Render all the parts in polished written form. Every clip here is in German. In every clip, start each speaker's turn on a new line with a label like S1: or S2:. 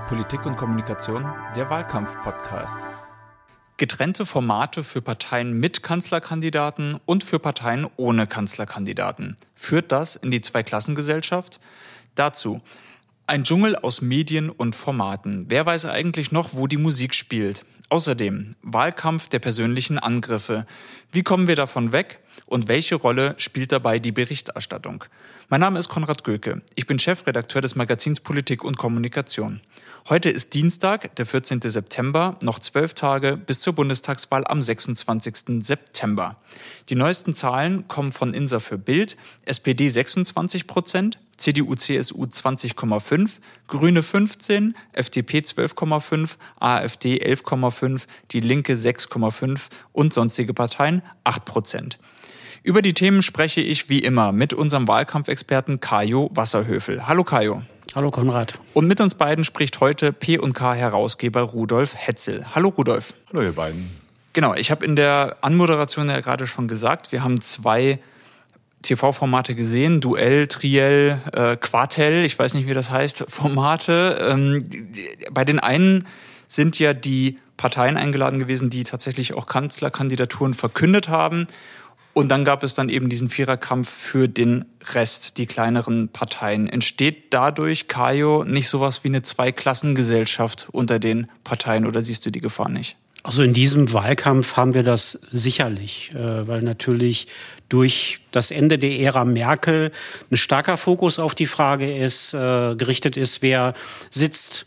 S1: Politik und Kommunikation, der Wahlkampf-Podcast. Getrennte Formate für Parteien mit Kanzlerkandidaten und für Parteien ohne Kanzlerkandidaten. Führt das in die Zweiklassengesellschaft? Dazu ein Dschungel aus Medien und Formaten. Wer weiß eigentlich noch, wo die Musik spielt? Außerdem Wahlkampf der persönlichen Angriffe. Wie kommen wir davon weg? Und welche Rolle spielt dabei die Berichterstattung? Mein Name ist Konrad Göke. Ich bin Chefredakteur des Magazins Politik und Kommunikation. Heute ist Dienstag, der 14. September, noch 12 Tage bis zur Bundestagswahl am 26. September. Die neuesten Zahlen kommen von INSA für Bild, SPD 26%, CDU, CSU 20,5%, Grüne 15%, FDP 12,5%, AfD 11,5%, die Linke 6,5% und sonstige Parteien 8%. Über die Themen spreche ich wie immer mit unserem Wahlkampfexperten Kajo Wasserhöfel. Hallo Kajo.
S2: Hallo Konrad.
S1: Und mit uns beiden spricht heute P&K-Herausgeber Rudolf Hetzel. Hallo Rudolf.
S3: Hallo ihr beiden.
S1: Genau, ich habe in der Anmoderation ja gerade schon gesagt, wir haben 2 TV-Formate gesehen, Duell, Triell, Quartell, ich weiß nicht, wie das heißt, Formate. Bei den einen sind ja die Parteien eingeladen gewesen, die tatsächlich auch Kanzlerkandidaturen verkündet haben. Und dann gab es dann eben diesen Viererkampf für den Rest, die kleineren Parteien. Entsteht dadurch, Kajo, nicht sowas wie eine Zweiklassengesellschaft unter den Parteien oder siehst du die Gefahr nicht?
S2: Also in diesem Wahlkampf haben wir das sicherlich, weil natürlich durch das Ende der Ära Merkel ein starker Fokus auf die Frage ist, gerichtet ist, wer sitzt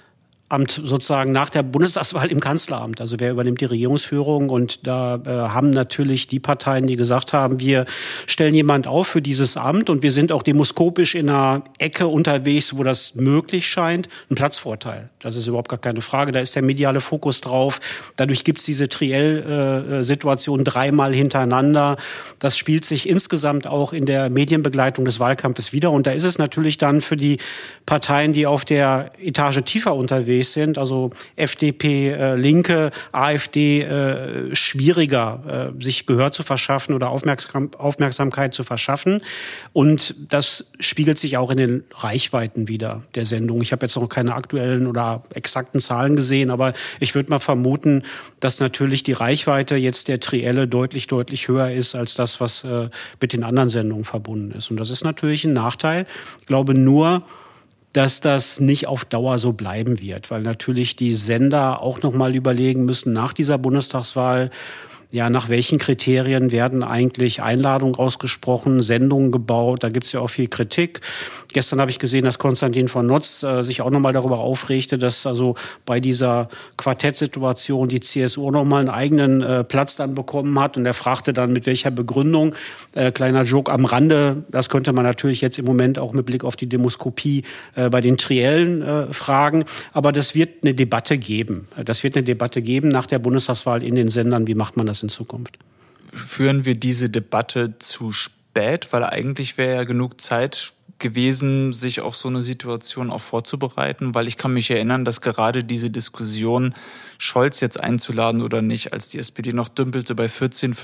S2: sozusagen nach der Bundestagswahl im Kanzleramt. Also wer übernimmt die Regierungsführung? Und da haben natürlich die Parteien, die gesagt haben, wir stellen jemand auf für dieses Amt und wir sind auch demoskopisch in einer Ecke unterwegs, wo das möglich scheint, einen Platzvorteil. Das ist überhaupt gar keine Frage. Da ist der mediale Fokus drauf. Dadurch gibt's diese Triell-Situation 3-mal hintereinander. Das spielt sich insgesamt auch in der Medienbegleitung des Wahlkampfes wieder. Und da ist es natürlich dann für die Parteien, die auf der Etage tiefer unterwegs sind, also FDP, Linke, AfD, schwieriger, sich Gehör zu verschaffen oder Aufmerksamkeit zu verschaffen. Und das spiegelt sich auch in den Reichweiten wieder der Sendung. Ich habe jetzt noch keine aktuellen oder exakten Zahlen gesehen, aber ich würde mal vermuten, dass natürlich die Reichweite jetzt der Trielle deutlich, deutlich höher ist als das, was mit den anderen Sendungen verbunden ist. Und das ist natürlich ein Nachteil. Ich glaube nur, dass das nicht auf Dauer so bleiben wird, weil natürlich die Sender auch noch mal überlegen müssen nach dieser Bundestagswahl, ja, nach welchen Kriterien werden eigentlich Einladungen ausgesprochen, Sendungen gebaut? Da gibt's ja auch viel Kritik. Gestern habe ich gesehen, dass Konstantin von Notz sich auch nochmal darüber aufregte, dass also bei dieser Quartettsituation die CSU nochmal einen eigenen Platz dann bekommen hat. Und er fragte dann, mit welcher Begründung. Kleiner Joke am Rande, das könnte man natürlich jetzt im Moment auch mit Blick auf die Demoskopie bei den Triellen fragen. Aber das wird eine Debatte geben. Das wird eine Debatte geben nach der Bundestagswahl in den Sendern. Wie macht man das in Zukunft?
S1: Führen wir diese Debatte zu spät? Weil eigentlich wäre ja genug Zeit gewesen, sich auf so eine Situation auch vorzubereiten, weil ich kann mich erinnern, dass gerade diese Diskussion, Scholz jetzt einzuladen oder nicht, als die SPD noch dümpelte bei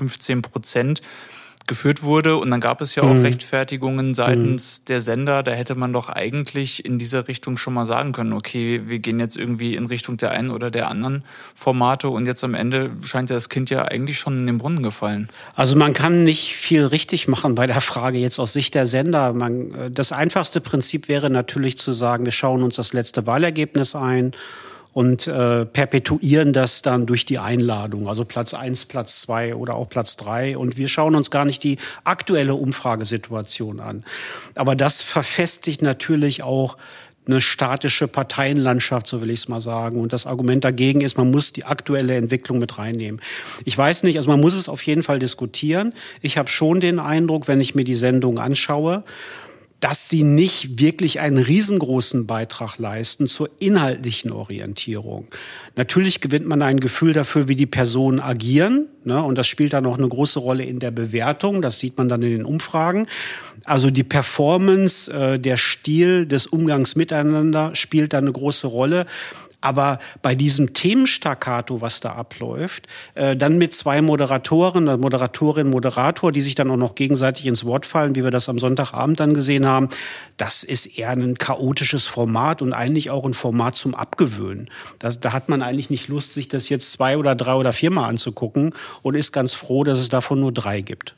S1: 14-15%, geführt wurde. Und dann gab es ja auch Rechtfertigungen seitens der Sender. Da hätte man doch eigentlich in dieser Richtung schon mal sagen können, okay, wir gehen jetzt irgendwie in Richtung der einen oder der anderen Formate und jetzt am Ende scheint ja das Kind ja eigentlich schon in den Brunnen gefallen.
S2: Also man kann nicht viel richtig machen bei der Frage jetzt aus Sicht der Sender. Das einfachste Prinzip wäre natürlich zu sagen, wir schauen uns das letzte Wahlergebnis ein und perpetuieren das dann durch die Einladung, also Platz 1, Platz 2 oder auch Platz 3. Und wir schauen uns gar nicht die aktuelle Umfragesituation an. Aber das verfestigt natürlich auch eine statische Parteienlandschaft, so will ich es mal sagen. Und das Argument dagegen ist, man muss die aktuelle Entwicklung mit reinnehmen. Ich weiß nicht, also man muss es auf jeden Fall diskutieren. Ich habe schon den Eindruck, wenn ich mir die Sendung anschaue, dass sie nicht wirklich einen riesengroßen Beitrag leisten zur inhaltlichen Orientierung. Natürlich gewinnt man ein Gefühl dafür, wie die Personen agieren, ne? Und das spielt dann auch eine große Rolle in der Bewertung. Das sieht man dann in den Umfragen. Also die Performance, der Stil des Umgangs miteinander spielt da eine große Rolle. Aber bei diesem Themenstaccato, was da abläuft, dann mit zwei Moderatoren, Moderatorin, Moderator, die sich dann auch noch gegenseitig ins Wort fallen, wie wir das am Sonntagabend dann gesehen haben, das ist eher ein chaotisches Format und eigentlich auch ein Format zum Abgewöhnen. Da hat man eigentlich nicht Lust, sich das jetzt 2 oder 3 oder 4 Mal anzugucken und ist ganz froh, dass es davon nur 3 gibt.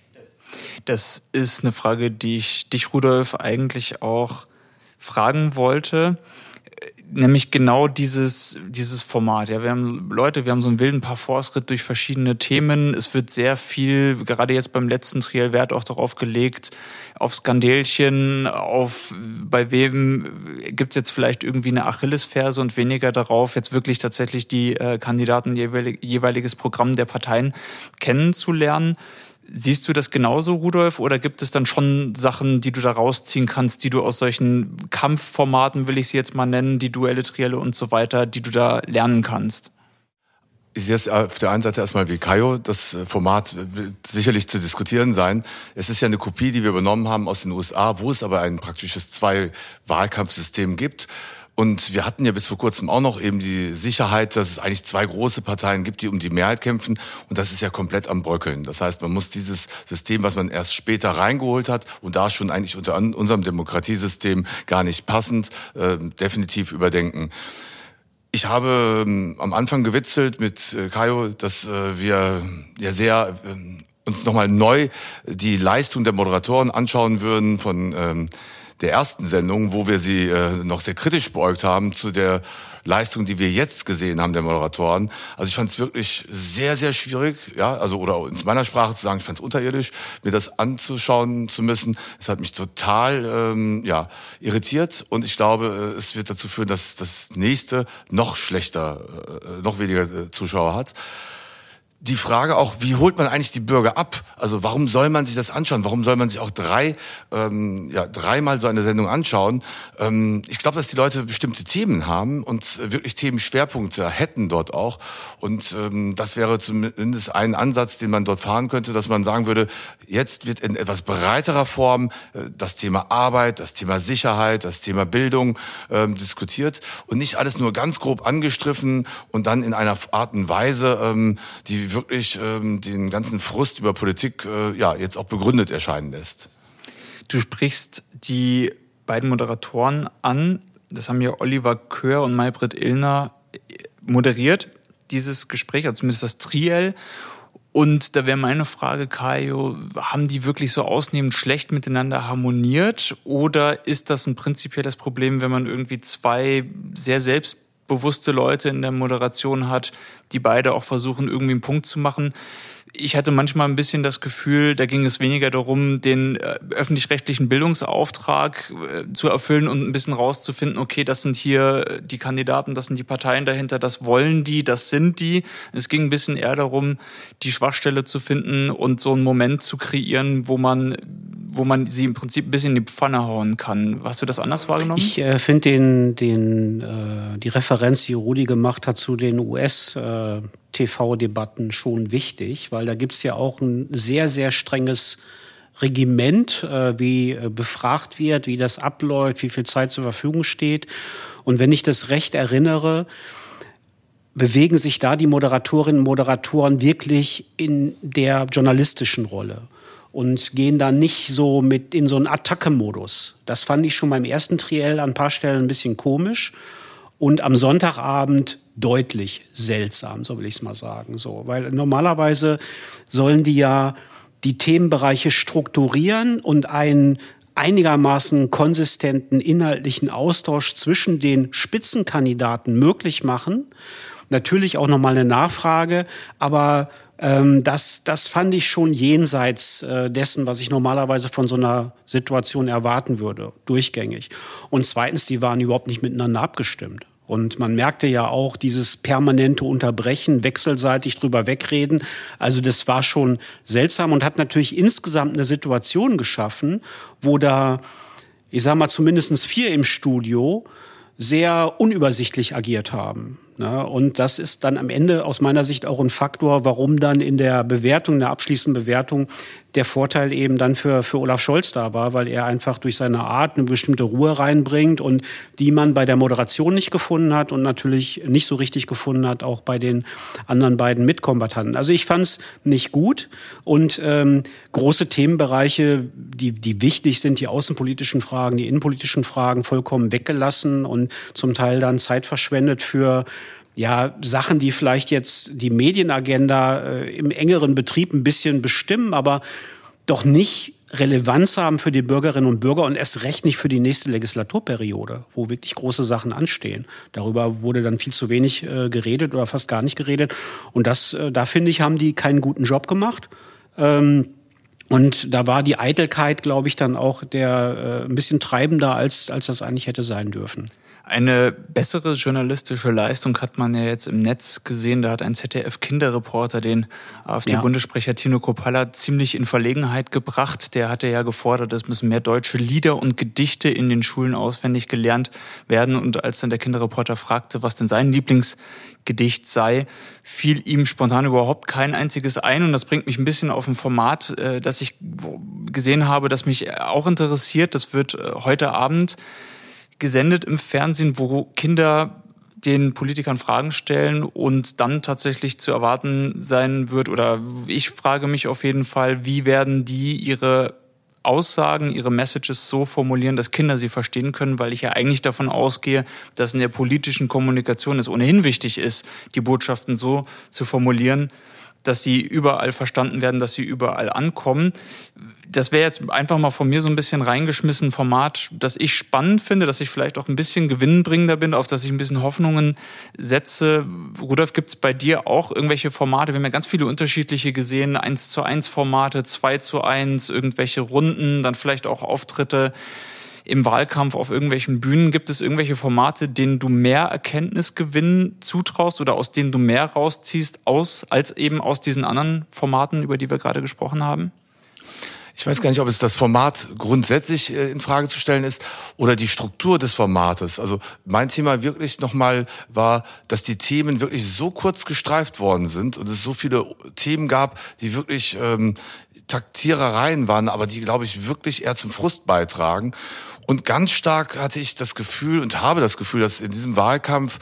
S1: Das ist eine Frage, die ich dich, Rudolf, eigentlich auch fragen wollte. Nämlich genau dieses Format. Ja, wir haben so einen wilden Parforce-Ritt durch verschiedene Themen. Es wird sehr viel, gerade jetzt beim letzten Triell, Wert auch darauf gelegt, auf Skandelchen, bei wem gibt's jetzt vielleicht irgendwie eine Achillesferse und weniger darauf, jetzt wirklich tatsächlich die Kandidaten, jeweiliges Programm der Parteien kennenzulernen. Siehst du das genauso, Rudolf, oder gibt es dann schon Sachen, die du da rausziehen kannst, die du aus solchen Kampfformaten, will ich sie jetzt mal nennen, die Duelle, Trielle und so weiter, die du da lernen kannst?
S3: Ich sehe es auf der einen Seite erstmal wie Kajo, das Format wird sicherlich zu diskutieren sein. Es ist ja eine Kopie, die wir übernommen haben aus den USA, wo es aber ein praktisches 2-Wahlkampfsystem gibt. Und wir hatten ja bis vor kurzem auch noch eben die Sicherheit, dass es eigentlich 2 große Parteien gibt, die um die Mehrheit kämpfen. Und das ist ja komplett am Bröckeln. Das heißt, man muss dieses System, was man erst später reingeholt hat und da schon eigentlich unter unserem Demokratiesystem gar nicht passend, definitiv überdenken. Ich habe am Anfang gewitzelt mit Kajo, dass wir ja sehr uns nochmal neu die Leistung der Moderatoren anschauen würden von der ersten Sendung, wo wir sie noch sehr kritisch beäugt haben zu der Leistung, die wir jetzt gesehen haben, der Moderatoren. Also ich fand es wirklich sehr, sehr schwierig, ja, also oder in meiner Sprache zu sagen, ich fand es unterirdisch, mir das anzuschauen zu müssen. Es hat mich total irritiert und ich glaube, es wird dazu führen, dass das nächste noch schlechter, noch weniger Zuschauer hat. Die Frage auch, wie holt man eigentlich die Bürger ab? Also warum soll man sich das anschauen? Warum soll man sich auch dreimal so eine Sendung anschauen? Ich glaube, dass die Leute bestimmte Themen haben und wirklich Themenschwerpunkte hätten dort auch. Und das wäre zumindest ein Ansatz, den man dort fahren könnte, dass man sagen würde, jetzt wird in etwas breiterer Form das Thema Arbeit, das Thema Sicherheit, das Thema Bildung diskutiert und nicht alles nur ganz grob angestriffen und dann in einer Art und Weise, die wirklich den ganzen Frust über Politik jetzt auch begründet erscheinen lässt.
S1: Du sprichst die beiden Moderatoren an. Das haben ja Oliver Köhr und Maybrit Illner moderiert, dieses Gespräch, also zumindest das Triell. Und da wäre meine Frage, Kajo, haben die wirklich so ausnehmend schlecht miteinander harmoniert? Oder ist das ein prinzipielles Problem, wenn man irgendwie 2 sehr selbstbewusste Leute in der Moderation hat, die beide auch versuchen, irgendwie einen Punkt zu machen? Ich hatte manchmal ein bisschen das Gefühl, da ging es weniger darum, den öffentlich-rechtlichen Bildungsauftrag zu erfüllen und ein bisschen rauszufinden, okay, das sind hier die Kandidaten, das sind die Parteien dahinter, das wollen die, das sind die. Es ging ein bisschen eher darum, die Schwachstelle zu finden und so einen Moment zu kreieren, wo man sie im Prinzip ein bisschen in die Pfanne hauen kann. Hast du das anders wahrgenommen?
S2: Ich finde die Referenz, die Rudi gemacht hat zu den US-TV-Debatten schon wichtig, weil da gibt's ja auch ein sehr, sehr strenges Regiment, wie befragt wird, wie das abläuft, wie viel Zeit zur Verfügung steht. Und wenn ich das recht erinnere, bewegen sich da die Moderatorinnen und Moderatoren wirklich in der journalistischen Rolle und gehen da nicht so mit in so einen Attacke-Modus. Das fand ich schon beim ersten Triell an ein paar Stellen ein bisschen komisch und am Sonntagabend deutlich seltsam, so will ich es mal sagen. So, weil normalerweise sollen die ja die Themenbereiche strukturieren und einen einigermaßen konsistenten inhaltlichen Austausch zwischen den Spitzenkandidaten möglich machen. Natürlich auch nochmal eine Nachfrage, aber das fand ich schon jenseits dessen, was ich normalerweise von so einer Situation erwarten würde, durchgängig. Und zweitens, die waren überhaupt nicht miteinander abgestimmt. Und man merkte ja auch dieses permanente Unterbrechen, wechselseitig drüber wegreden. Also das war schon seltsam und hat natürlich insgesamt eine Situation geschaffen, wo da, ich sag mal, zumindest 4 im Studio sehr unübersichtlich agiert haben. Ne? Und das ist dann am Ende aus meiner Sicht auch ein Faktor, warum dann in der Bewertung, in der abschließenden Bewertung, der Vorteil eben dann für Olaf Scholz da war, weil er einfach durch seine Art eine bestimmte Ruhe reinbringt und die man bei der Moderation nicht gefunden hat und natürlich nicht so richtig gefunden hat, auch bei den anderen beiden Mitkombattanten. Also ich fand es nicht gut und große Themenbereiche, die wichtig sind, die außenpolitischen Fragen, die innenpolitischen Fragen vollkommen weggelassen und zum Teil dann Zeit verschwendet für Sachen, die vielleicht jetzt die Medienagenda im engeren Betrieb ein bisschen bestimmen, aber doch nicht Relevanz haben für die Bürgerinnen und Bürger und erst recht nicht für die nächste Legislaturperiode, wo wirklich große Sachen anstehen. Darüber wurde dann viel zu wenig geredet oder fast gar nicht geredet. Und da finde ich, haben die keinen guten Job gemacht. Und da war die Eitelkeit, glaube ich, dann auch ein bisschen treibender, als das eigentlich hätte sein dürfen.
S1: Eine bessere journalistische Leistung hat man ja jetzt im Netz gesehen. Da hat ein ZDF-Kinderreporter den AfD-Bundessprecher Tino Kropalla ziemlich in Verlegenheit gebracht. Der hatte ja gefordert, es müssen mehr deutsche Lieder und Gedichte in den Schulen auswendig gelernt werden. Und als dann der Kinderreporter fragte, was denn sein Lieblingsgedicht sei, fiel ihm spontan überhaupt kein einziges ein. Und das bringt mich ein bisschen auf ein Format, das ich gesehen habe, das mich auch interessiert. Das wird heute Abend gesendet im Fernsehen, wo Kinder den Politikern Fragen stellen und dann tatsächlich zu erwarten sein wird, oder ich frage mich auf jeden Fall, wie werden die ihre Aussagen, ihre Messages so formulieren, dass Kinder sie verstehen können, weil ich ja eigentlich davon ausgehe, dass in der politischen Kommunikation es ohnehin wichtig ist, die Botschaften so zu formulieren, dass sie überall verstanden werden, dass sie überall ankommen. Das wäre jetzt einfach mal von mir so ein bisschen reingeschmissen Format, das ich spannend finde, dass ich vielleicht auch ein bisschen gewinnbringender bin, auf das ich ein bisschen Hoffnungen setze. Rudolf, gibt's bei dir auch irgendwelche Formate? Wir haben ja ganz viele unterschiedliche gesehen, 1:1 Formate, 2:1, irgendwelche Runden, dann vielleicht auch Auftritte im Wahlkampf auf irgendwelchen Bühnen. Gibt es irgendwelche Formate, denen du mehr Erkenntnisgewinn zutraust oder aus denen du mehr rausziehst, als eben aus diesen anderen Formaten, über die wir gerade gesprochen haben?
S3: Ich weiß gar nicht, ob es das Format grundsätzlich in Frage zu stellen ist oder die Struktur des Formates. Also mein Thema wirklich nochmal war, dass die Themen wirklich so kurz gestreift worden sind und es so viele Themen gab, die wirklich Taktierereien waren, aber die, glaube ich, wirklich eher zum Frust beitragen. Und ganz stark hatte ich das Gefühl und habe das Gefühl, dass in diesem Wahlkampf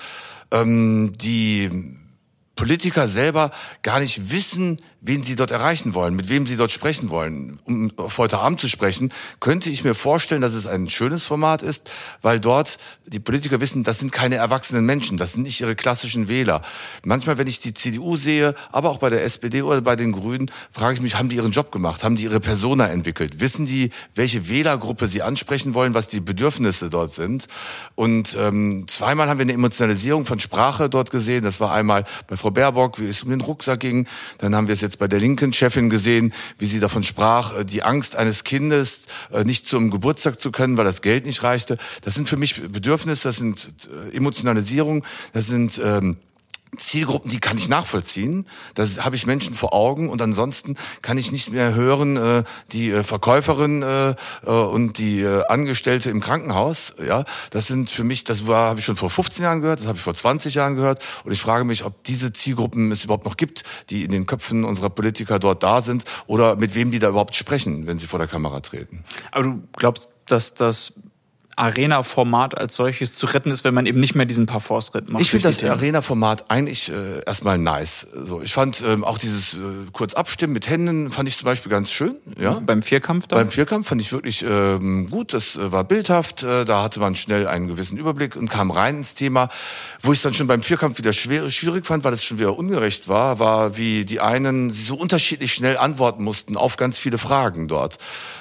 S3: die Politiker selber gar nicht wissen, wen sie dort erreichen wollen, mit wem sie dort sprechen wollen. Um auf heute Abend zu sprechen, könnte ich mir vorstellen, dass es ein schönes Format ist, weil dort die Politiker wissen, das sind keine erwachsenen Menschen, das sind nicht ihre klassischen Wähler. Manchmal, wenn ich die CDU sehe, aber auch bei der SPD oder bei den Grünen, frage ich mich, haben die ihren Job gemacht? Haben die ihre Persona entwickelt? Wissen die, welche Wählergruppe sie ansprechen wollen, was die Bedürfnisse dort sind? Und zweimal haben wir eine Emotionalisierung von Sprache dort gesehen. Das war einmal bei Frau Baerbock, wie es um den Rucksack ging. Dann haben wir es jetzt bei der linken Chefin gesehen, wie sie davon sprach, die Angst eines Kindes, nicht zum Geburtstag zu können, weil das Geld nicht reichte. Das sind für mich Bedürfnisse, das sind Emotionalisierung, das sind Zielgruppen, die kann ich nachvollziehen. Da habe ich Menschen vor Augen und ansonsten kann ich nicht mehr hören, die Verkäuferin und die Angestellte im Krankenhaus. Ja, das sind für mich, habe ich schon vor 15 Jahren gehört, das habe ich vor 20 Jahren gehört und ich frage mich, ob diese Zielgruppen es überhaupt noch gibt, die in den Köpfen unserer Politiker dort da sind oder mit wem die da überhaupt sprechen, wenn sie vor der Kamera treten.
S1: Aber du glaubst, dass das Arena-Format als solches zu retten ist, wenn man eben nicht mehr diesen Parforce-Ritt macht?
S3: Ich finde das Arena-Format eigentlich erstmal nice. So, ich fand auch dieses kurz abstimmen mit Händen fand ich zum Beispiel ganz schön. Ja?
S1: Beim Vierkampf dann?
S3: Beim Vierkampf fand ich wirklich gut. Das war bildhaft. Da hatte man schnell einen gewissen Überblick und kam rein ins Thema. Wo ich es dann schon beim Vierkampf wieder schwierig fand, weil es schon wieder ungerecht war wie die einen so unterschiedlich schnell antworten mussten auf ganz viele Fragen dort.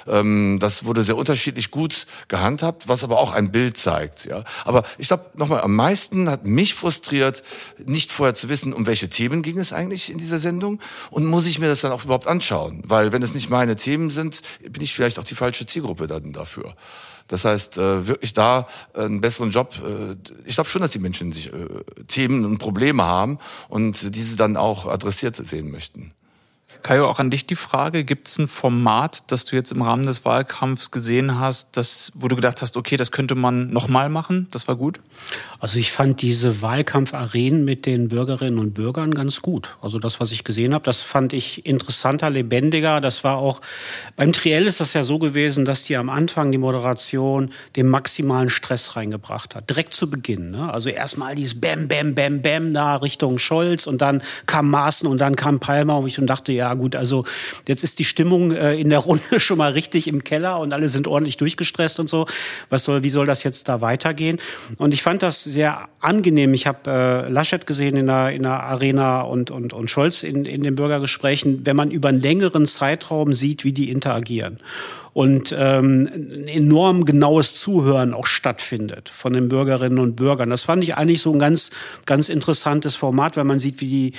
S3: Das wurde sehr unterschiedlich gut gehandhabt, was aber auch ein Bild zeigt. Ja. Aber ich glaube, nochmal, am meisten hat mich frustriert, nicht vorher zu wissen, um welche Themen ging es eigentlich in dieser Sendung und muss ich mir das dann auch überhaupt anschauen. Weil wenn es nicht meine Themen sind, bin ich vielleicht auch die falsche Zielgruppe dann dafür. Das heißt, wirklich da einen besseren Job. Ich glaube schon, dass die Menschen sich Themen und Probleme haben und diese dann auch adressiert sehen möchten.
S1: Kajo, auch an dich die Frage, gibt es ein Format, das du jetzt im Rahmen des Wahlkampfs gesehen hast, wo du gedacht hast, okay, das könnte man nochmal machen, das war gut?
S2: Also ich fand diese Wahlkampfarenen mit den Bürgerinnen und Bürgern ganz gut. Also das, was ich gesehen habe, das fand ich interessanter, lebendiger. Das war auch, beim Triell ist das ja so gewesen, dass die am Anfang die Moderation den maximalen Stress reingebracht hat. Direkt zu Beginn. Ne? Also erstmal dieses Bäm, Bäm, Bäm, Bäm da Richtung Scholz und dann kam Maaßen und dann kam Palmer und ich dachte, ja gut, also jetzt ist die Stimmung in der Runde schon mal richtig im Keller und alle sind ordentlich durchgestresst und so. Wie soll das jetzt da weitergehen? Und ich fand das sehr angenehm. Ich habe Laschet gesehen in der Arena und Scholz in den Bürgergesprächen, wenn man über einen längeren Zeitraum sieht, wie die interagieren. Und ein enorm genaues Zuhören auch stattfindet von den Bürgerinnen und Bürgern. Das fand ich eigentlich so ein ganz, ganz interessantes Format, weil man sieht, wie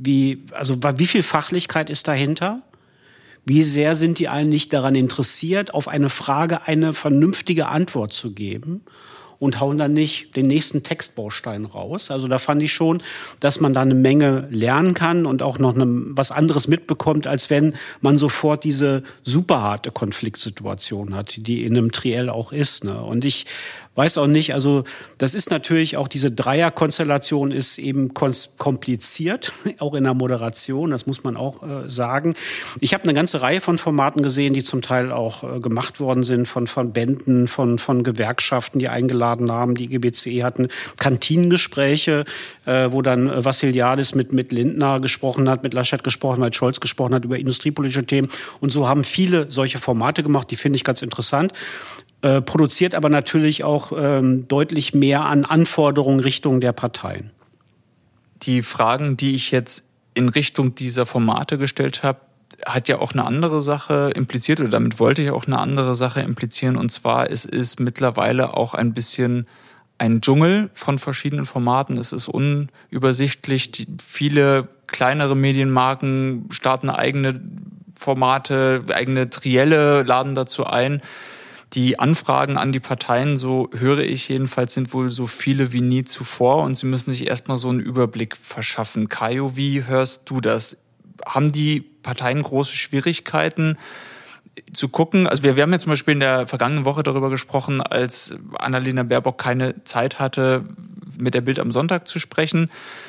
S2: viel Fachlichkeit ist dahinter? Wie sehr sind die eigentlich daran interessiert, auf eine Frage eine vernünftige Antwort zu geben? Und hauen dann nicht den nächsten Textbaustein raus. Also da fand ich schon, dass man da eine Menge lernen kann und auch noch was anderes mitbekommt, als wenn man sofort diese super harte Konfliktsituation hat, die in einem Triell auch ist. Ne? Und ich weiß auch nicht, also das ist natürlich auch, diese Dreierkonstellation ist eben kompliziert, auch in der Moderation, das muss man auch sagen. Ich habe eine ganze Reihe von Formaten gesehen, die zum Teil auch gemacht worden sind von Verbänden, von Gewerkschaften, die eingeladen haben, die IGBC hatten Kantinengespräche, wo dann Vassiliadis mit Lindner gesprochen hat, mit Laschet gesprochen hat, mit Scholz gesprochen hat über industriepolitische Themen. Und so haben viele solche Formate gemacht, die finde ich ganz interessant. Produziert aber natürlich auch deutlich mehr an Anforderungen Richtung der Parteien.
S1: Die Fragen, die ich jetzt in Richtung dieser Formate gestellt habe, hat ja auch eine andere Sache impliziert, oder damit wollte ich auch eine andere Sache implizieren, und zwar es ist mittlerweile auch ein bisschen ein Dschungel von verschiedenen Formaten. Es ist unübersichtlich. Viele kleinere Medienmarken starten eigene Formate, eigene Trielle, laden dazu ein. Die Anfragen an die Parteien, so höre ich jedenfalls, sind wohl so viele wie nie zuvor und sie müssen sich erstmal so einen Überblick verschaffen. Kajo, wie hörst du das? Haben die Parteien große Schwierigkeiten zu gucken? Also wir haben jetzt zum Beispiel in der vergangenen Woche darüber gesprochen, als Annalena Baerbock keine Zeit hatte, mit der Bild am Sonntag zu sprechen.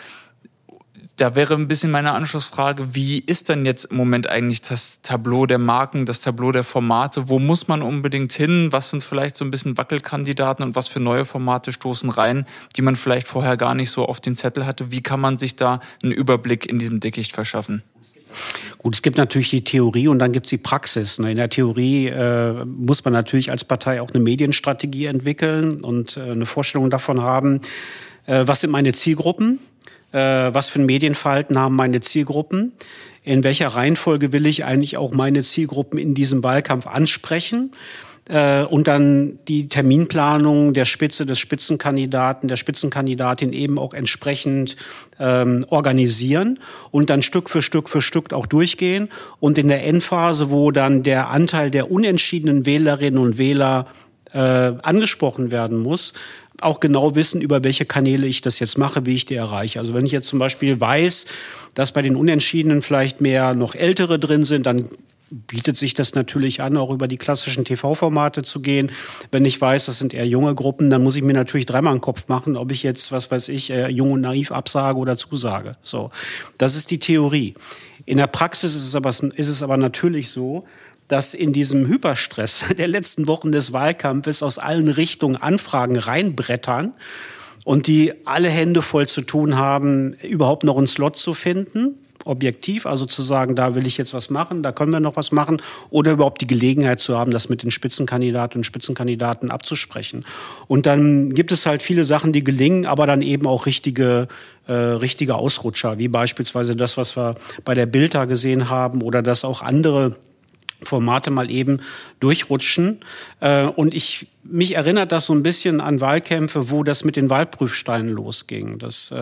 S1: Da wäre ein bisschen meine Anschlussfrage, wie ist denn jetzt im Moment eigentlich das Tableau der Marken, das Tableau der Formate? Wo muss man unbedingt hin? Was sind vielleicht so ein bisschen Wackelkandidaten und was für neue Formate stoßen rein, die man vielleicht vorher gar nicht so auf dem Zettel hatte? Wie kann man sich da einen Überblick in diesem Dickicht verschaffen?
S2: Gut, es gibt natürlich die Theorie und dann gibt es die Praxis. In der Theorie muss man natürlich als Partei auch eine Medienstrategie entwickeln und eine Vorstellung davon haben, was sind meine Zielgruppen? Was für ein Medienverhalten haben meine Zielgruppen? In welcher Reihenfolge will ich eigentlich auch meine Zielgruppen in diesem Wahlkampf ansprechen? Und dann die Terminplanung der Spitze, des Spitzenkandidaten, der Spitzenkandidatin eben auch entsprechend organisieren und dann Stück für Stück auch durchgehen. Und in der Endphase, wo dann der Anteil der unentschiedenen Wählerinnen und Wähler angesprochen werden muss, auch genau wissen, über welche Kanäle ich das jetzt mache, wie ich die erreiche. Also wenn ich jetzt zum Beispiel weiß, dass bei den Unentschiedenen vielleicht mehr noch Ältere drin sind, dann bietet sich das natürlich an, auch über die klassischen TV-Formate zu gehen. Wenn ich weiß, das sind eher junge Gruppen, dann muss ich mir natürlich dreimal den Kopf machen, ob ich jetzt, jung und naiv absage oder zusage. So, das ist die Theorie. In der Praxis ist es aber natürlich so, dass in diesem Hyperstress der letzten Wochen des Wahlkampfes aus allen Richtungen Anfragen reinbrettern und die alle Hände voll zu tun haben, überhaupt noch einen Slot zu finden, objektiv, also zu sagen, da will ich jetzt was machen, da können wir noch was machen, oder überhaupt die Gelegenheit zu haben, das mit den Spitzenkandidatinnen und Spitzenkandidaten abzusprechen. Und dann gibt es halt viele Sachen, die gelingen, aber dann eben auch richtige Ausrutscher, wie beispielsweise das, was wir bei der Bild da gesehen haben, oder dass auch andere Formate mal eben durchrutschen. Und mich erinnert das so ein bisschen an Wahlkämpfe, wo das mit den Wahlprüfsteinen losging.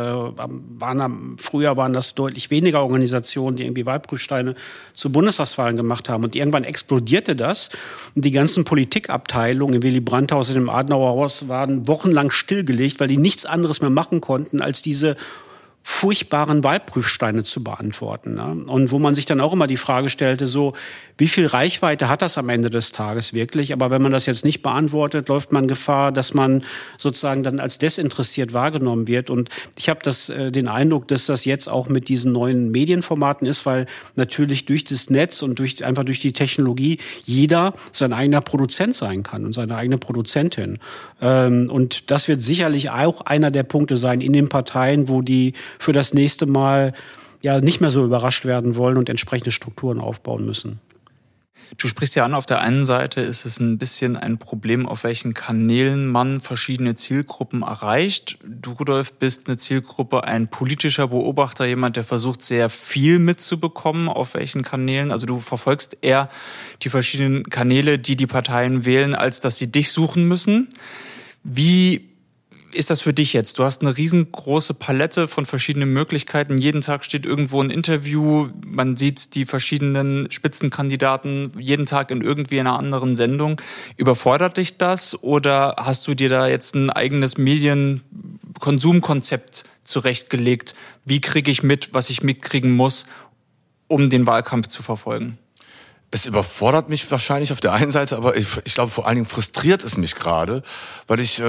S2: Früher waren das deutlich weniger Organisationen, die irgendwie Wahlprüfsteine zu Bundestagswahlen gemacht haben. Und irgendwann explodierte das. Und die ganzen Politikabteilungen im Willy Brandt-Haus und im Adenauerhaus waren wochenlang stillgelegt, weil die nichts anderes mehr machen konnten, als diese furchtbaren Wahlprüfsteine zu beantworten. Ne? Und wo man sich dann auch immer die Frage stellte, so, wie viel Reichweite hat das am Ende des Tages wirklich? Aber wenn man das jetzt nicht beantwortet, läuft man Gefahr, dass man sozusagen dann als desinteressiert wahrgenommen wird. Und ich habe den Eindruck, dass das jetzt auch mit diesen neuen Medienformaten ist, weil natürlich durch das Netz und einfach durch die Technologie jeder sein eigener Produzent sein kann und seine eigene Produzentin. Und das wird sicherlich auch einer der Punkte sein in den Parteien, wo die für das nächste Mal ja nicht mehr so überrascht werden wollen und entsprechende Strukturen aufbauen müssen.
S1: Du sprichst ja an, auf der einen Seite ist es ein bisschen ein Problem, auf welchen Kanälen man verschiedene Zielgruppen erreicht. Du, Rudolf, bist eine Zielgruppe, ein politischer Beobachter, jemand, der versucht, sehr viel mitzubekommen, auf welchen Kanälen. Also du verfolgst eher die verschiedenen Kanäle, die Parteien wählen, als dass sie dich suchen müssen. Wie ist das für dich jetzt? Du hast eine riesengroße Palette von verschiedenen Möglichkeiten. Jeden Tag steht irgendwo ein Interview. Man sieht die verschiedenen Spitzenkandidaten jeden Tag in irgendwie einer anderen Sendung. Überfordert dich das oder hast du dir da jetzt ein eigenes Medienkonsumkonzept zurechtgelegt? Wie kriege ich mit, was ich mitkriegen muss, um den Wahlkampf zu verfolgen?
S3: Es überfordert mich wahrscheinlich auf der einen Seite, aber ich glaube, vor allen Dingen frustriert es mich gerade, weil ich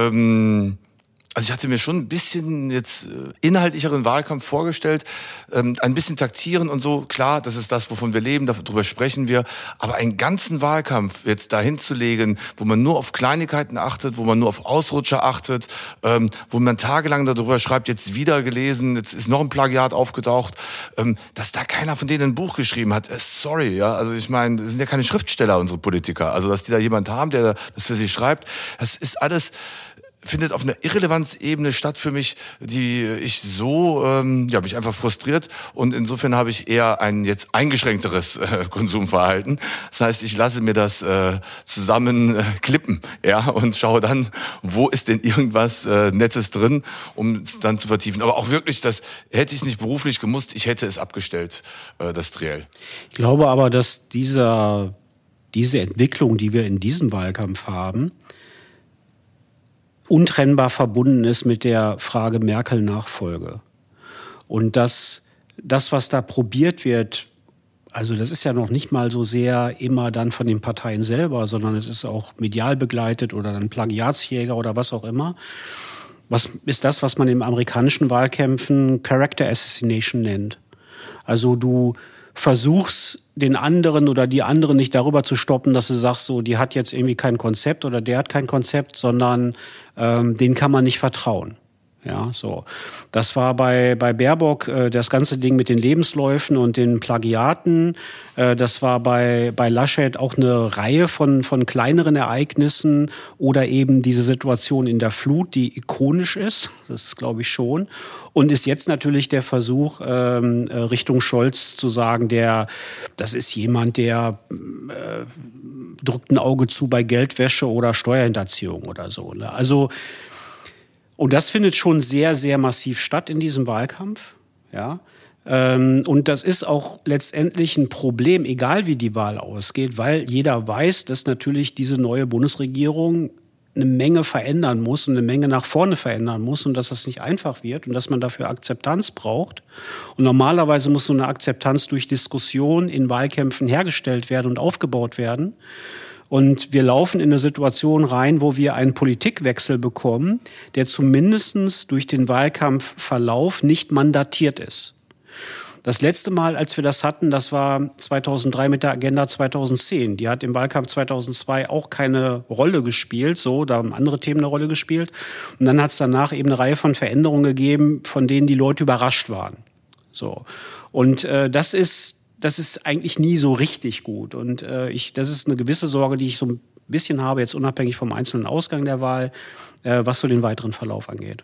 S3: hatte mir schon ein bisschen jetzt inhaltlicheren Wahlkampf vorgestellt, ein bisschen taktieren und so. Klar, das ist das, wovon wir leben, darüber sprechen wir. Aber einen ganzen Wahlkampf jetzt dahin zu legen, wo man nur auf Kleinigkeiten achtet, wo man nur auf Ausrutscher achtet, wo man tagelang darüber schreibt, jetzt wieder gelesen, jetzt ist noch ein Plagiat aufgetaucht, dass da keiner von denen ein Buch geschrieben hat. Sorry, ja. Also ich meine, das sind ja keine Schriftsteller, unsere Politiker. Also dass die da jemand haben, der das für sie schreibt, das ist alles, findet auf einer Irrelevanzebene statt für mich, die ich so, mich einfach frustriert, und insofern habe ich eher ein jetzt eingeschränkteres Konsumverhalten. Das heißt, ich lasse mir das zusammen klippen, ja, und schaue dann, wo ist denn irgendwas Nettes drin, um es dann zu vertiefen. Aber auch wirklich, das hätte ich nicht beruflich gemusst, ich hätte es abgestellt, das Triell.
S2: Ich glaube aber, dass diese Entwicklung, die wir in diesem Wahlkampf haben, untrennbar verbunden ist mit der Frage Merkel-Nachfolge. Und das, was da probiert wird, also das ist ja noch nicht mal so sehr immer dann von den Parteien selber, sondern es ist auch medial begleitet oder dann Plagiatsjäger oder was auch immer. Was ist das, was man in amerikanischen Wahlkämpfen Character Assassination nennt? Also du versuchst, den anderen oder die anderen nicht darüber zu stoppen, dass du sagst, so, die hat jetzt irgendwie kein Konzept oder der hat kein Konzept, sondern denen kann man nicht vertrauen. Ja, so. Das war bei Baerbock das ganze Ding mit den Lebensläufen und den Plagiaten. Das war bei Laschet auch eine Reihe von kleineren Ereignissen oder eben diese Situation in der Flut, die ikonisch ist. Das glaube ich schon. Und ist jetzt natürlich der Versuch, Richtung Scholz zu sagen, das ist jemand, der drückt ein Auge zu bei Geldwäsche oder Steuerhinterziehung oder so. Ne? Also, und das findet schon sehr, sehr massiv statt in diesem Wahlkampf. Ja. Und das ist auch letztendlich ein Problem, egal wie die Wahl ausgeht, weil jeder weiß, dass natürlich diese neue Bundesregierung eine Menge verändern muss und eine Menge nach vorne verändern muss und dass das nicht einfach wird und dass man dafür Akzeptanz braucht. Und normalerweise muss so eine Akzeptanz durch Diskussion in Wahlkämpfen hergestellt werden und aufgebaut werden. Und wir laufen in eine Situation rein, wo wir einen Politikwechsel bekommen, der zumindestens durch den Wahlkampfverlauf nicht mandatiert ist. Das letzte Mal, als wir das hatten, das war 2003 mit der Agenda 2010. Die hat im Wahlkampf 2002 auch keine Rolle gespielt, so, da haben andere Themen eine Rolle gespielt. Und dann hat es danach eben eine Reihe von Veränderungen gegeben, von denen die Leute überrascht waren. So. Und das ist eigentlich nie so richtig gut. Und das ist eine gewisse Sorge, die ich so ein bisschen habe, jetzt unabhängig vom einzelnen Ausgang der Wahl, was so den weiteren Verlauf angeht.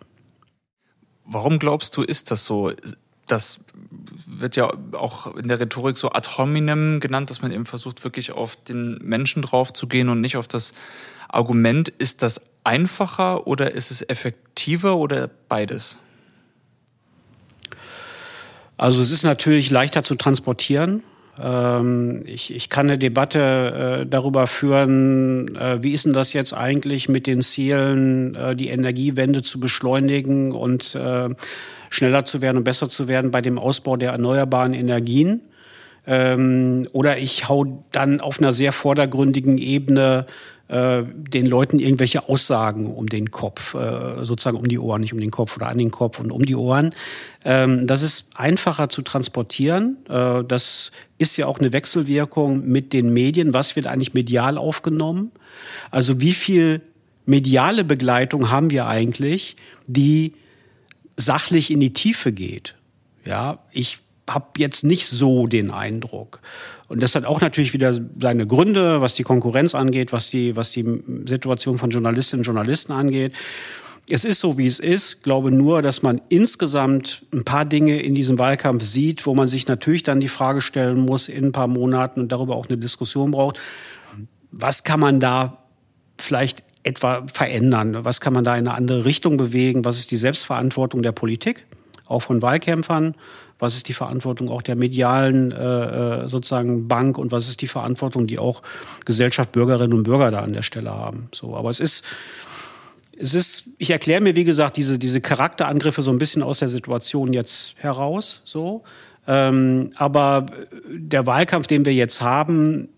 S1: Warum glaubst du, ist das so? Das wird ja auch in der Rhetorik so ad hominem genannt, dass man eben versucht, wirklich auf den Menschen drauf zu gehen und nicht auf das Argument. Ist das einfacher oder ist es effektiver oder beides? Also es ist natürlich leichter zu transportieren.
S2: Ich kann eine Debatte darüber führen, wie ist denn das jetzt eigentlich mit den Zielen, die Energiewende zu beschleunigen und schneller zu werden und besser zu werden bei dem Ausbau der erneuerbaren Energien. Oder ich hau dann auf einer sehr vordergründigen Ebene den Leuten irgendwelche Aussagen um den Kopf, sozusagen um die Ohren, nicht um den Kopf oder an den Kopf und um die Ohren. Das ist einfacher zu transportieren. Das ist ja auch eine Wechselwirkung mit den Medien. Was wird eigentlich medial aufgenommen? Also wie viel mediale Begleitung haben wir eigentlich, die sachlich in die Tiefe geht? Ja, ich habe jetzt nicht so den Eindruck. Und das hat auch natürlich wieder seine Gründe, was die Konkurrenz angeht, was die Situation von Journalistinnen und Journalisten angeht. Es ist so, wie es ist. Ich glaube nur, dass man insgesamt ein paar Dinge in diesem Wahlkampf sieht, wo man sich natürlich dann die Frage stellen muss in ein paar Monaten und darüber auch eine Diskussion braucht. Was kann man da vielleicht etwa verändern? Was kann man da in eine andere Richtung bewegen? Was ist die Selbstverantwortung der Politik, auch von Wahlkämpfern? Was ist die Verantwortung auch der medialen sozusagen Bank und was ist die Verantwortung, die auch Gesellschaft, Bürgerinnen und Bürger da an der Stelle haben? So, aber es ist, ich erkläre mir, wie gesagt, diese Charakterangriffe so ein bisschen aus der Situation jetzt heraus, so. Aber der Wahlkampf, den wir jetzt haben,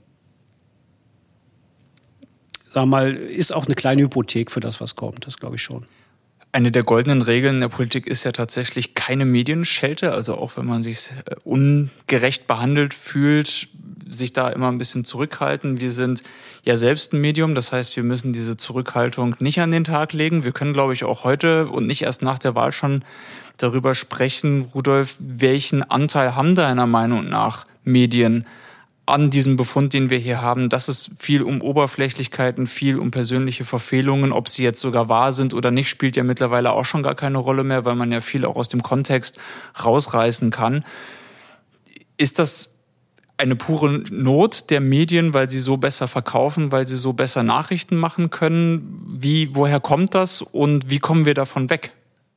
S2: sag mal, ist auch eine kleine Hypothek für das, was kommt. Das glaube ich schon.
S1: Eine der goldenen Regeln der Politik ist ja tatsächlich keine Medienschelte. Also auch wenn man sich ungerecht behandelt fühlt, sich da immer ein bisschen zurückhalten. Wir sind ja selbst ein Medium. Das heißt, wir müssen diese Zurückhaltung nicht an den Tag legen. Wir können, glaube ich, auch heute und nicht erst nach der Wahl schon darüber sprechen, Rudolf, welchen Anteil haben deiner Meinung nach Medien an diesem Befund, den wir hier haben, dass es viel um Oberflächlichkeiten, viel um persönliche Verfehlungen, ob sie jetzt sogar wahr sind oder nicht, spielt ja mittlerweile auch schon gar keine Rolle mehr, weil man ja viel auch aus dem Kontext rausreißen kann. Ist das eine pure Not der Medien, weil sie so besser verkaufen, weil sie so besser Nachrichten machen können? Woher kommt das und wie kommen wir davon weg?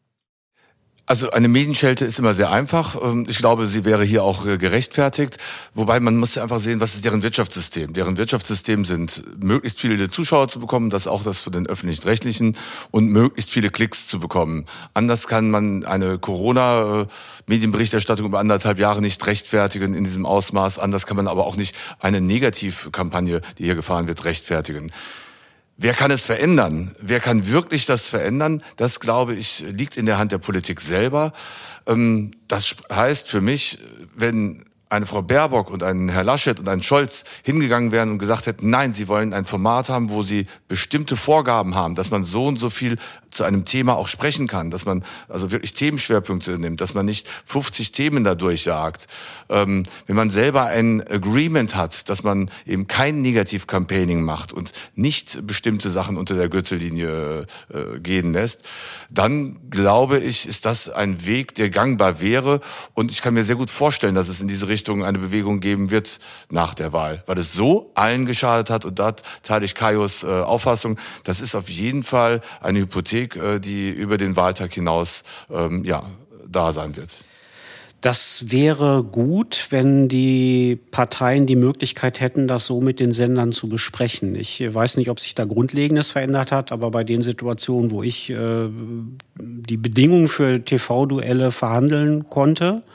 S3: Also eine Medienschelte ist immer sehr einfach. Ich glaube, sie wäre hier auch gerechtfertigt. Wobei man muss ja einfach sehen, was ist deren Wirtschaftssystem. Deren Wirtschaftssystem sind, möglichst viele Zuschauer zu bekommen, das auch das für den Öffentlich-Rechtlichen und möglichst viele Klicks zu bekommen. Anders kann man eine Corona-Medienberichterstattung über 1,5 Jahre nicht rechtfertigen in diesem Ausmaß. Anders kann man aber auch nicht eine Negativkampagne, die hier gefahren wird, rechtfertigen. Wer kann es verändern? Wer kann wirklich das verändern? Das, glaube ich, liegt in der Hand der Politik selber. Das heißt für mich, wenn eine Frau Baerbock und ein Herr Laschet und ein Scholz hingegangen wären und gesagt hätten, nein, sie wollen ein Format haben, wo sie bestimmte Vorgaben haben, dass man so und so viel zu einem Thema auch sprechen kann, dass man also wirklich Themenschwerpunkte nimmt, dass man nicht 50 Themen da durchjagt. Wenn man selber ein Agreement hat, dass man eben kein Negativ-Campaigning macht und nicht bestimmte Sachen unter der Gürtellinie gehen lässt, dann glaube ich, ist das ein Weg, der gangbar wäre. Und ich kann mir sehr gut vorstellen, dass es in diese Richtung eine Bewegung geben wird nach der Wahl, weil es so allen geschadet hat. Und da teile ich Kaios Auffassung. Das ist auf jeden Fall eine Hypothek, die über den Wahltag hinaus da sein wird.
S2: Das wäre gut, wenn die Parteien die Möglichkeit hätten, das so mit den Sendern zu besprechen. Ich weiß nicht, ob sich da Grundlegendes verändert hat, aber bei den Situationen, wo ich die Bedingungen für TV-Duelle verhandeln konnte,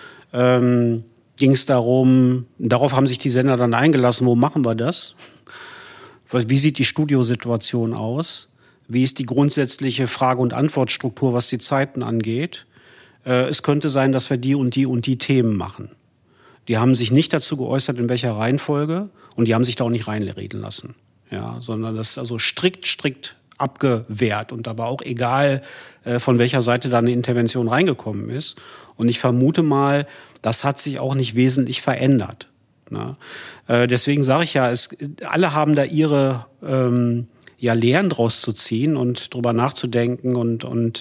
S2: ging es darum, darauf haben sich die Sender dann eingelassen, wo machen wir das? Wie sieht die Studiosituation aus? Wie ist die grundsätzliche Frage- und Antwortstruktur, was die Zeiten angeht? Es könnte sein, dass wir die und die Themen machen. Die haben sich nicht dazu geäußert, in welcher Reihenfolge, und die haben sich da auch nicht reinreden lassen. Ja, sondern das ist also strikt abgewehrt und aber auch egal, von welcher Seite da eine Intervention reingekommen ist. Und ich vermute mal, das hat sich auch nicht wesentlich verändert. Na? Deswegen sage ich ja, alle haben da ihre Lehren draus zu ziehen und drüber nachzudenken und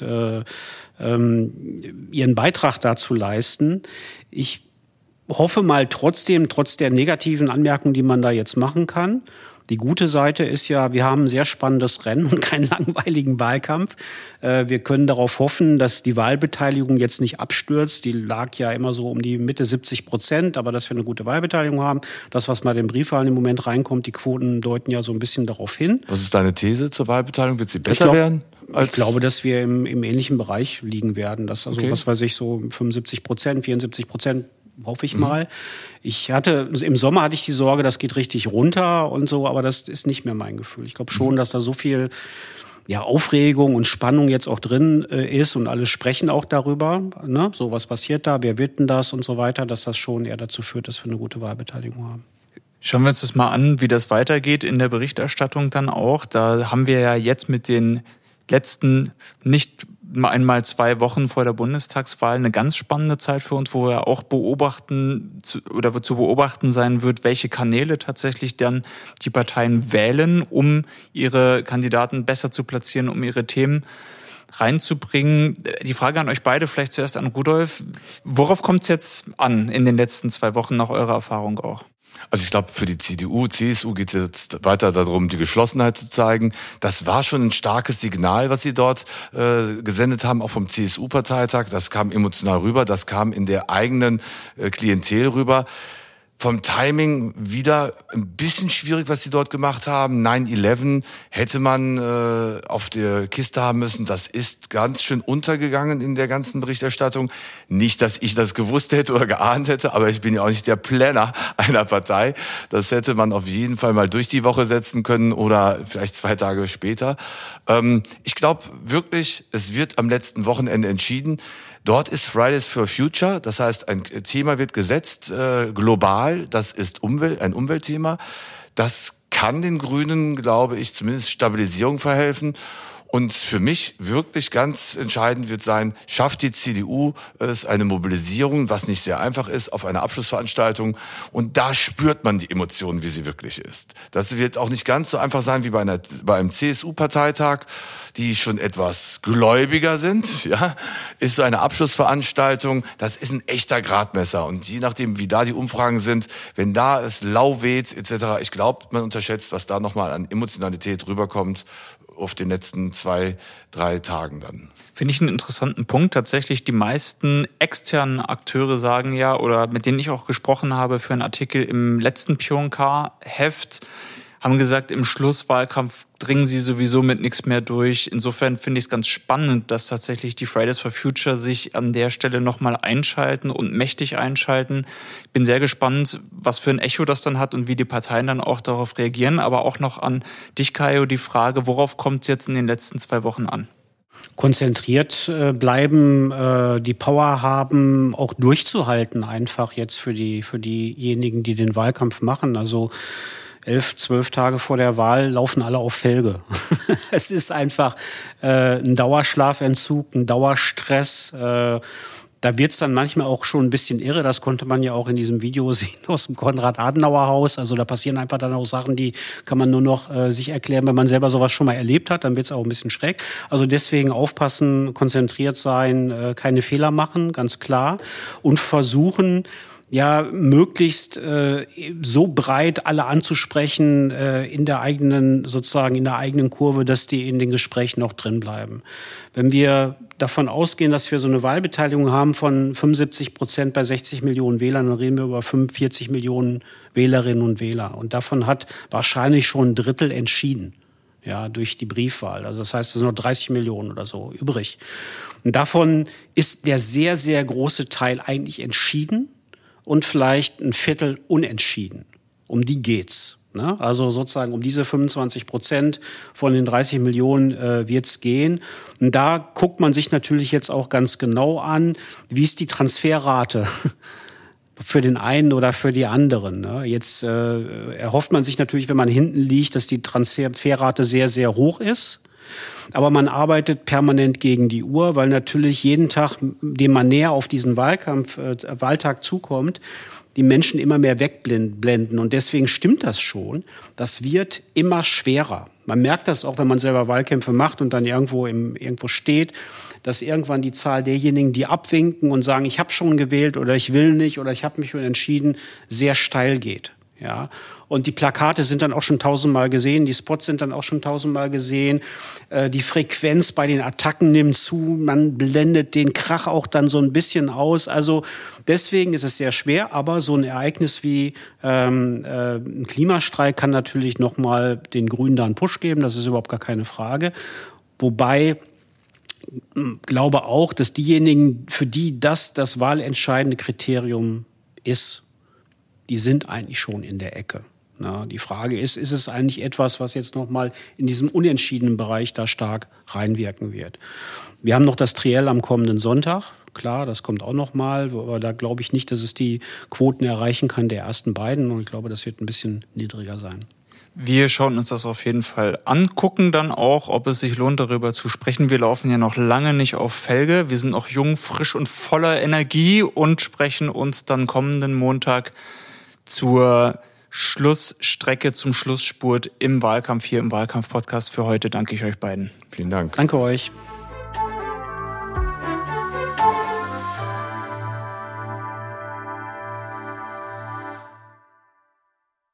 S2: ihren Beitrag dazu leisten. Ich hoffe mal trotzdem, trotz der negativen Anmerkungen, die man da jetzt machen kann, Die gute Seite ist ja, wir haben ein sehr spannendes Rennen und keinen langweiligen Wahlkampf. Wir können darauf hoffen, dass die Wahlbeteiligung jetzt nicht abstürzt. Die lag ja immer so um die Mitte 70%, aber dass wir eine gute Wahlbeteiligung haben. Das, was bei den Briefwahlen im Moment reinkommt, die Quoten deuten ja so ein bisschen darauf hin.
S3: Was ist deine These zur Wahlbeteiligung? Wird sie besser werden?
S2: Ich glaube, dass wir im ähnlichen Bereich liegen werden. Dass also, was weiß ich, so 75%, 74%, hoffe ich mal. Im Sommer hatte ich die Sorge, das geht richtig runter und so, aber das ist nicht mehr mein Gefühl. Ich glaube schon, dass da so viel Aufregung und Spannung jetzt auch drin ist und alle sprechen auch darüber, ne? So, was passiert da, wer wird denn das und so weiter, dass das schon eher dazu führt, dass wir eine gute Wahlbeteiligung haben.
S1: Schauen wir uns das mal an, wie das weitergeht in der Berichterstattung dann auch. Da haben wir ja jetzt mit den letzten nicht einmal 2 Wochen vor der Bundestagswahl eine ganz spannende Zeit für uns, wo wir auch zu beobachten sein wird, welche Kanäle tatsächlich dann die Parteien wählen, um ihre Kandidaten besser zu platzieren, um ihre Themen reinzubringen. Die Frage an euch beide, vielleicht zuerst an Rudolf. Worauf kommt es jetzt an in den letzten 2 Wochen nach eurer Erfahrung auch?
S3: Also ich glaube, für die CDU, CSU geht es jetzt weiter darum, die Geschlossenheit zu zeigen. Das war schon ein starkes Signal, was sie dort gesendet haben, auch vom CSU-Parteitag. Das kam emotional rüber, das kam in der eigenen Klientel rüber. Vom Timing wieder ein bisschen schwierig, was sie dort gemacht haben. 9/11 hätte man auf der Kiste haben müssen. Das ist ganz schön untergegangen in der ganzen Berichterstattung. Nicht, dass ich das gewusst hätte oder geahnt hätte, aber ich bin ja auch nicht der Planner einer Partei. Das hätte man auf jeden Fall mal durch die Woche setzen können oder vielleicht 2 Tage später. Ich glaube wirklich, es wird am letzten Wochenende entschieden. Dort ist Fridays for Future, das heißt, ein Thema wird gesetzt, global, das ist ein Umweltthema. Das kann den Grünen, glaube ich, zumindest Stabilisierung verhelfen. Und für mich wirklich ganz entscheidend wird sein, schafft die CDU es eine Mobilisierung, was nicht sehr einfach ist, auf eine Abschlussveranstaltung. Und da spürt man die Emotionen, wie sie wirklich ist. Das wird auch nicht ganz so einfach sein wie bei einem CSU-Parteitag, die schon etwas gläubiger sind. Ja, ist so eine Abschlussveranstaltung, das ist ein echter Gradmesser. Und je nachdem, wie da die Umfragen sind, wenn da es lau weht etc., ich glaube, man unterschätzt, was da nochmal an Emotionalität rüberkommt auf den letzten 2-3 Tagen dann.
S1: Finde ich einen interessanten Punkt. Tatsächlich die meisten externen Akteure sagen ja, oder mit denen ich auch gesprochen habe für einen Artikel im letzten Pionka-Heft, haben gesagt, im Schlusswahlkampf dringen sie sowieso mit nichts mehr durch. Insofern finde ich es ganz spannend, dass tatsächlich die Fridays for Future sich an der Stelle nochmal einschalten und mächtig einschalten. Ich bin sehr gespannt, was für ein Echo das dann hat und wie die Parteien dann auch darauf reagieren. Aber auch noch an dich, Kajo, die Frage, worauf kommt es jetzt in den letzten 2 Wochen an?
S2: Konzentriert bleiben, die Power haben, auch durchzuhalten einfach jetzt für diejenigen, die den Wahlkampf machen. Also 11, 12 Tage vor der Wahl laufen alle auf Felge. Es ist einfach ein Dauerschlafentzug, ein Dauerstress. Da wird's dann manchmal auch schon ein bisschen irre. Das konnte man ja auch in diesem Video sehen aus dem Konrad-Adenauer-Haus. Also da passieren einfach dann auch Sachen, die kann man nur noch sich erklären, wenn man selber sowas schon mal erlebt hat. Dann wird's auch ein bisschen schräg. Also deswegen aufpassen, konzentriert sein, keine Fehler machen, ganz klar. Und versuchen, möglichst so breit alle anzusprechen in der eigenen Kurve, dass die in den Gesprächen noch drin bleiben. Wenn wir davon ausgehen, dass wir so eine Wahlbeteiligung haben von 75% bei 60 Millionen Wählern, dann reden wir über 45 Millionen Wählerinnen und Wähler. Und davon hat wahrscheinlich schon 1/3 entschieden. Ja, durch die Briefwahl. Also das heißt, es sind noch 30 Millionen oder so übrig. Und davon ist der sehr, sehr große Teil eigentlich entschieden. Und vielleicht 1/4 unentschieden. Um die geht's. Ne? Also sozusagen um diese 25% von den 30 Millionen wird's gehen. Und da guckt man sich natürlich jetzt auch ganz genau an, wie ist die Transferrate für den einen oder für die anderen. Ne? Jetzt erhofft man sich natürlich, wenn man hinten liegt, dass die Transferrate sehr, sehr hoch ist. Aber man arbeitet permanent gegen die Uhr, weil natürlich jeden Tag, dem man näher auf diesen Wahltag zukommt, die Menschen immer mehr wegblenden. Und deswegen stimmt das schon. Das wird immer schwerer. Man merkt das auch, wenn man selber Wahlkämpfe macht und dann irgendwo steht, dass irgendwann die Zahl derjenigen, die abwinken und sagen, ich habe schon gewählt oder ich will nicht oder ich habe mich schon entschieden, sehr steil geht. Ja, und die Plakate sind dann auch schon 1000-mal gesehen, die Spots sind dann auch schon 1000-mal gesehen. Die Frequenz bei den Attacken nimmt zu, man blendet den Krach auch dann so ein bisschen aus. Also deswegen ist es sehr schwer, aber so ein Ereignis wie ein Klimastreik kann natürlich nochmal den Grünen da einen Push geben, das ist überhaupt gar keine Frage. Wobei glaube auch, dass diejenigen, für die das wahlentscheidende Kriterium ist, die sind eigentlich schon in der Ecke. Na, die Frage ist es eigentlich etwas, was jetzt nochmal in diesem unentschiedenen Bereich da stark reinwirken wird? Wir haben noch das Triell am kommenden Sonntag. Klar, das kommt auch nochmal, aber da glaube ich nicht, dass es die Quoten erreichen kann der ersten beiden. Und ich glaube, das wird ein bisschen niedriger sein.
S1: Wir schauen uns das auf jeden Fall an, gucken dann auch, ob es sich lohnt, darüber zu sprechen. Wir laufen ja noch lange nicht auf Felge. Wir sind noch jung, frisch und voller Energie und sprechen uns dann kommenden Montag zur Schlussstrecke, zum Schlussspurt im Wahlkampf hier im Wahlkampf-Podcast. Für heute danke ich euch beiden.
S3: Vielen Dank.
S2: Danke euch.